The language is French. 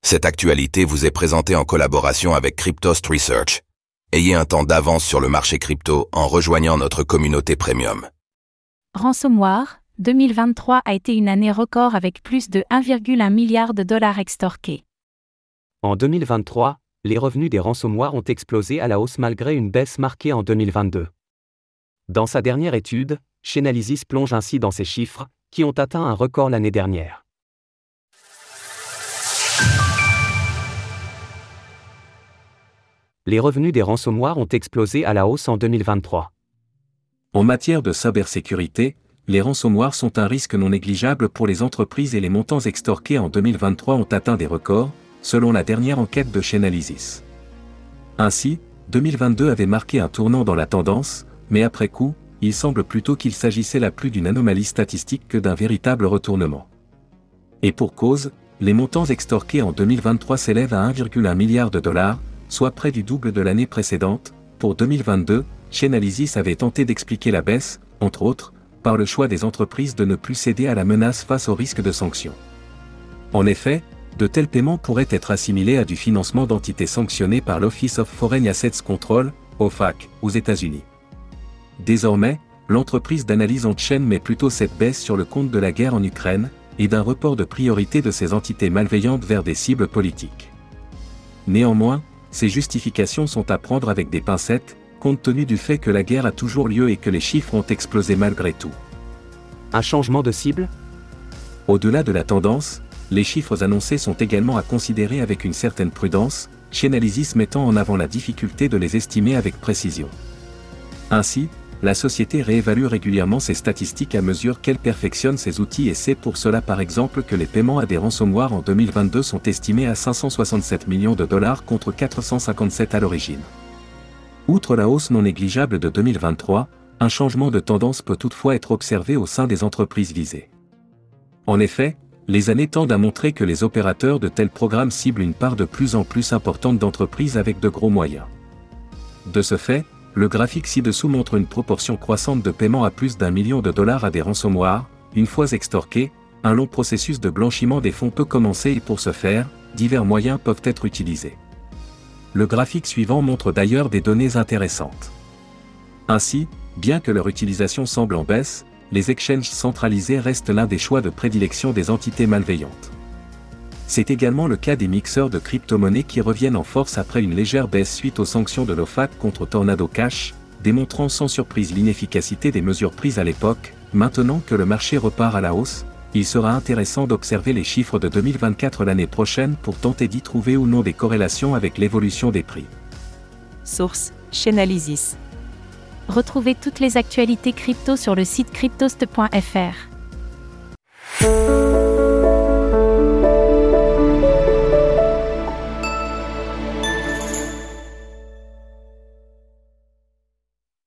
Cette actualité vous est présentée en collaboration avec Cryptost Research. Ayez un temps d'avance sur le marché crypto en rejoignant notre communauté premium. Ransomware, 2023 a été une année record avec plus de 1,1 milliard de dollars extorqués. En 2023, les revenus des ransomware ont explosé à la hausse malgré une baisse marquée en 2022. Dans sa dernière étude, Chainalysis plonge ainsi dans ces chiffres, qui ont atteint un record l'année dernière. Les revenus des ransomware ont explosé à la hausse en 2023. En matière de cybersécurité, les ransomware sont un risque non négligeable pour les entreprises et les montants extorqués en 2023 ont atteint des records, selon la dernière enquête de Chainalysis. Ainsi, 2022 avait marqué un tournant dans la tendance, mais après coup, il semble plutôt qu'il s'agissait là plus d'une anomalie statistique que d'un véritable retournement. Et pour cause, les montants extorqués en 2023 s'élèvent à 1,1 milliard de dollars, soit près du double de l'année précédente. Pour 2022, Chainalysis avait tenté d'expliquer la baisse, entre autres, par le choix des entreprises de ne plus céder à la menace face au risque de sanctions. En effet, de tels paiements pourraient être assimilés à du financement d'entités sanctionnées par l'Office of Foreign Assets Control, OFAC, aux États-Unis. Désormais, l'entreprise d'analyse on-chain met plutôt cette baisse sur le compte de la guerre en Ukraine, et d'un report de priorité de ces entités malveillantes vers des cibles politiques. Néanmoins, ces justifications sont à prendre avec des pincettes, compte tenu du fait que la guerre a toujours lieu et que les chiffres ont explosé malgré tout. Un changement de cible ? Au-delà de la tendance, les chiffres annoncés sont également à considérer avec une certaine prudence, Chainalysis mettant en avant la difficulté de les estimer avec précision. Ainsi, la société réévalue régulièrement ses statistiques à mesure qu'elle perfectionne ses outils et c'est pour cela par exemple que les paiements à des ransomware en 2022 sont estimés à 567 millions de dollars contre 457 à l'origine. Outre la hausse non négligeable de 2023, un changement de tendance peut toutefois être observé au sein des entreprises visées. En effet, les années tendent à montrer que les opérateurs de tels programmes ciblent une part de plus en plus importante d'entreprises avec de gros moyens. De ce fait, le graphique ci-dessous montre une proportion croissante de paiements à plus d'1 million de dollars à des ransomware. Une fois extorqués, un long processus de blanchiment des fonds peut commencer et pour ce faire, divers moyens peuvent être utilisés. Le graphique suivant montre d'ailleurs des données intéressantes. Ainsi, bien que leur utilisation semble en baisse, les exchanges centralisés restent l'un des choix de prédilection des entités malveillantes. C'est également le cas des mixeurs de crypto-monnaies qui reviennent en force après une légère baisse suite aux sanctions de l'OFAC contre Tornado Cash, démontrant sans surprise l'inefficacité des mesures prises à l'époque. Maintenant que le marché repart à la hausse, il sera intéressant d'observer les chiffres de 2024 l'année prochaine pour tenter d'y trouver ou non des corrélations avec l'évolution des prix. Source: Chainalysis. Retrouvez toutes les actualités crypto sur le site cryptost.fr.